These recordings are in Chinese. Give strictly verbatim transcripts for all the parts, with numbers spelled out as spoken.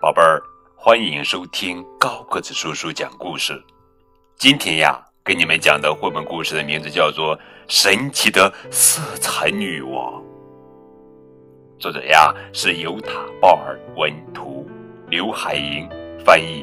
宝贝儿，欢迎收听高个子叔叔讲故事。今天呀，给你们讲的绘本故事的名字叫做《神奇的色彩女王》，作者呀是尤塔·鲍尔文图，刘海莹翻译。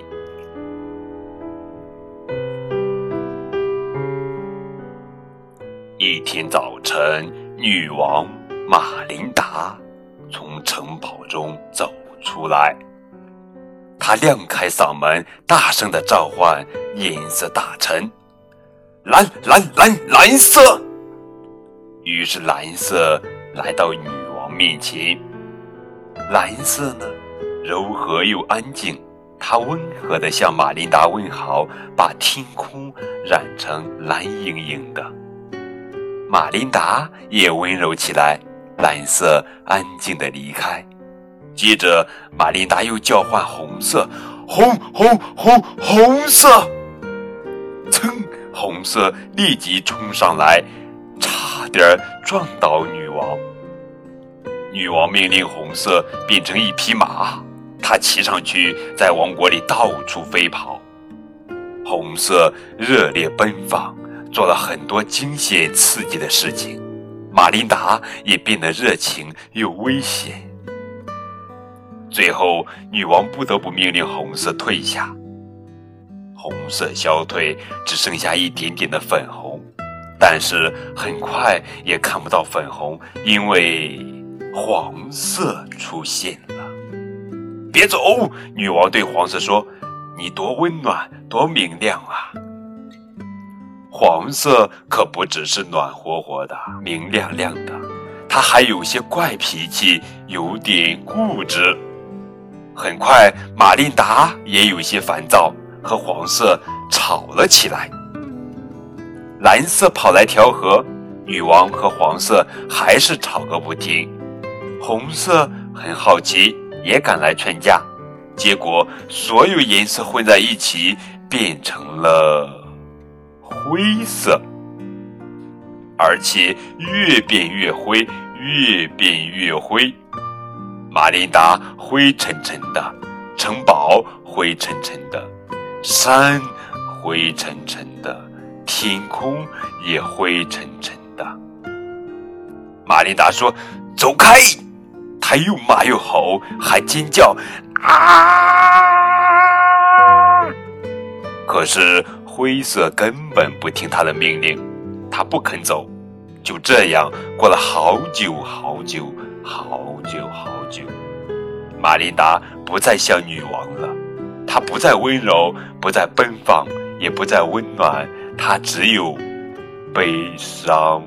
一天早晨，女王玛琳达从城堡中走出来，她亮开嗓门，大声地召唤颜色大臣：蓝蓝蓝蓝色！于是蓝色来到女王面前。蓝色呢，柔和又安静，它温和地向玛琳达问好，把天空染成蓝莹莹的。玛琳达也温柔起来，蓝色安静地离开。接着玛琳达又叫唤红色，红红红红色！噌，红色立即冲上来，差点撞倒女王。女王命令红色变成一匹马，她骑上去在王国里到处飞跑。红色热烈奔放，做了很多惊险刺激的事情，玛琳达也变得热情又危险。最后女王不得不命令红色退下，红色消退，只剩下一点点的粉红，但是很快也看不到粉红，因为黄色出现了。别走，女王对黄色说，你多温暖多明亮啊。黄色可不只是暖和和的明亮亮的，它还有些怪脾气，有点固执。很快玛琳达也有些烦躁，和黄色吵了起来。蓝色跑来调和，女王和黄色还是吵个不停。红色很好奇，也赶来劝架，结果所有颜色混在一起变成了灰色，而且越变越灰，越变越灰。玛琳达灰沉沉的，城堡灰沉沉的，山灰沉沉的，天空也灰沉沉的。玛琳达说，走开！她又骂又吼，还尖叫啊！可是灰色根本不听她的命令，她不肯走。就这样过了好久好久好久好久，玛琳达不再像女王了，她不再温柔，不再奔放，也不再温暖，她只有悲伤。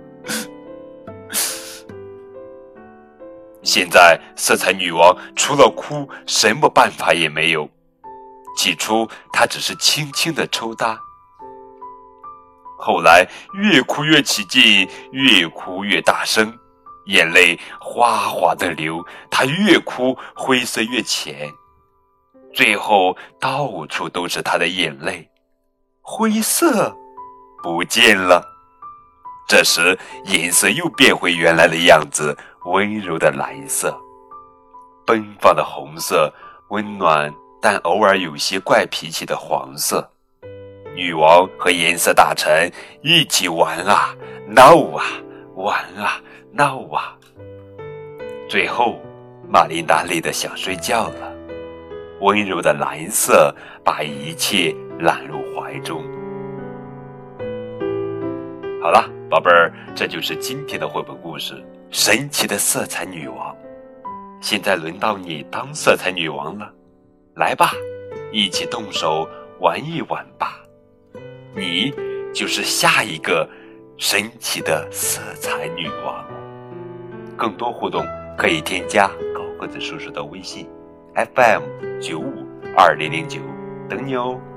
现在色彩女王除了哭，什么办法也没有。起初她只是轻轻地抽搭，后来越哭越起劲，越哭越大声，眼泪哗哗地流，她越哭灰色越浅，最后到处都是她的眼泪，灰色不见了。这时颜色又变回原来的样子，温柔的蓝色，奔放的红色，温暖但偶尔有些怪脾气的黄色。女王和颜色大臣一起玩啊闹啊玩啊闹啊，最后玛琳达累得想睡觉了，温柔的蓝色把一切揽入怀中。好了，宝贝儿，这就是今天的绘本故事《神奇的色彩女王》。现在轮到你当色彩女王了，来吧，一起动手玩一玩吧，你就是下一个神奇的色彩女王。更多互动可以添加高个子叔叔的微信 F M 九五二零零九，等你哦。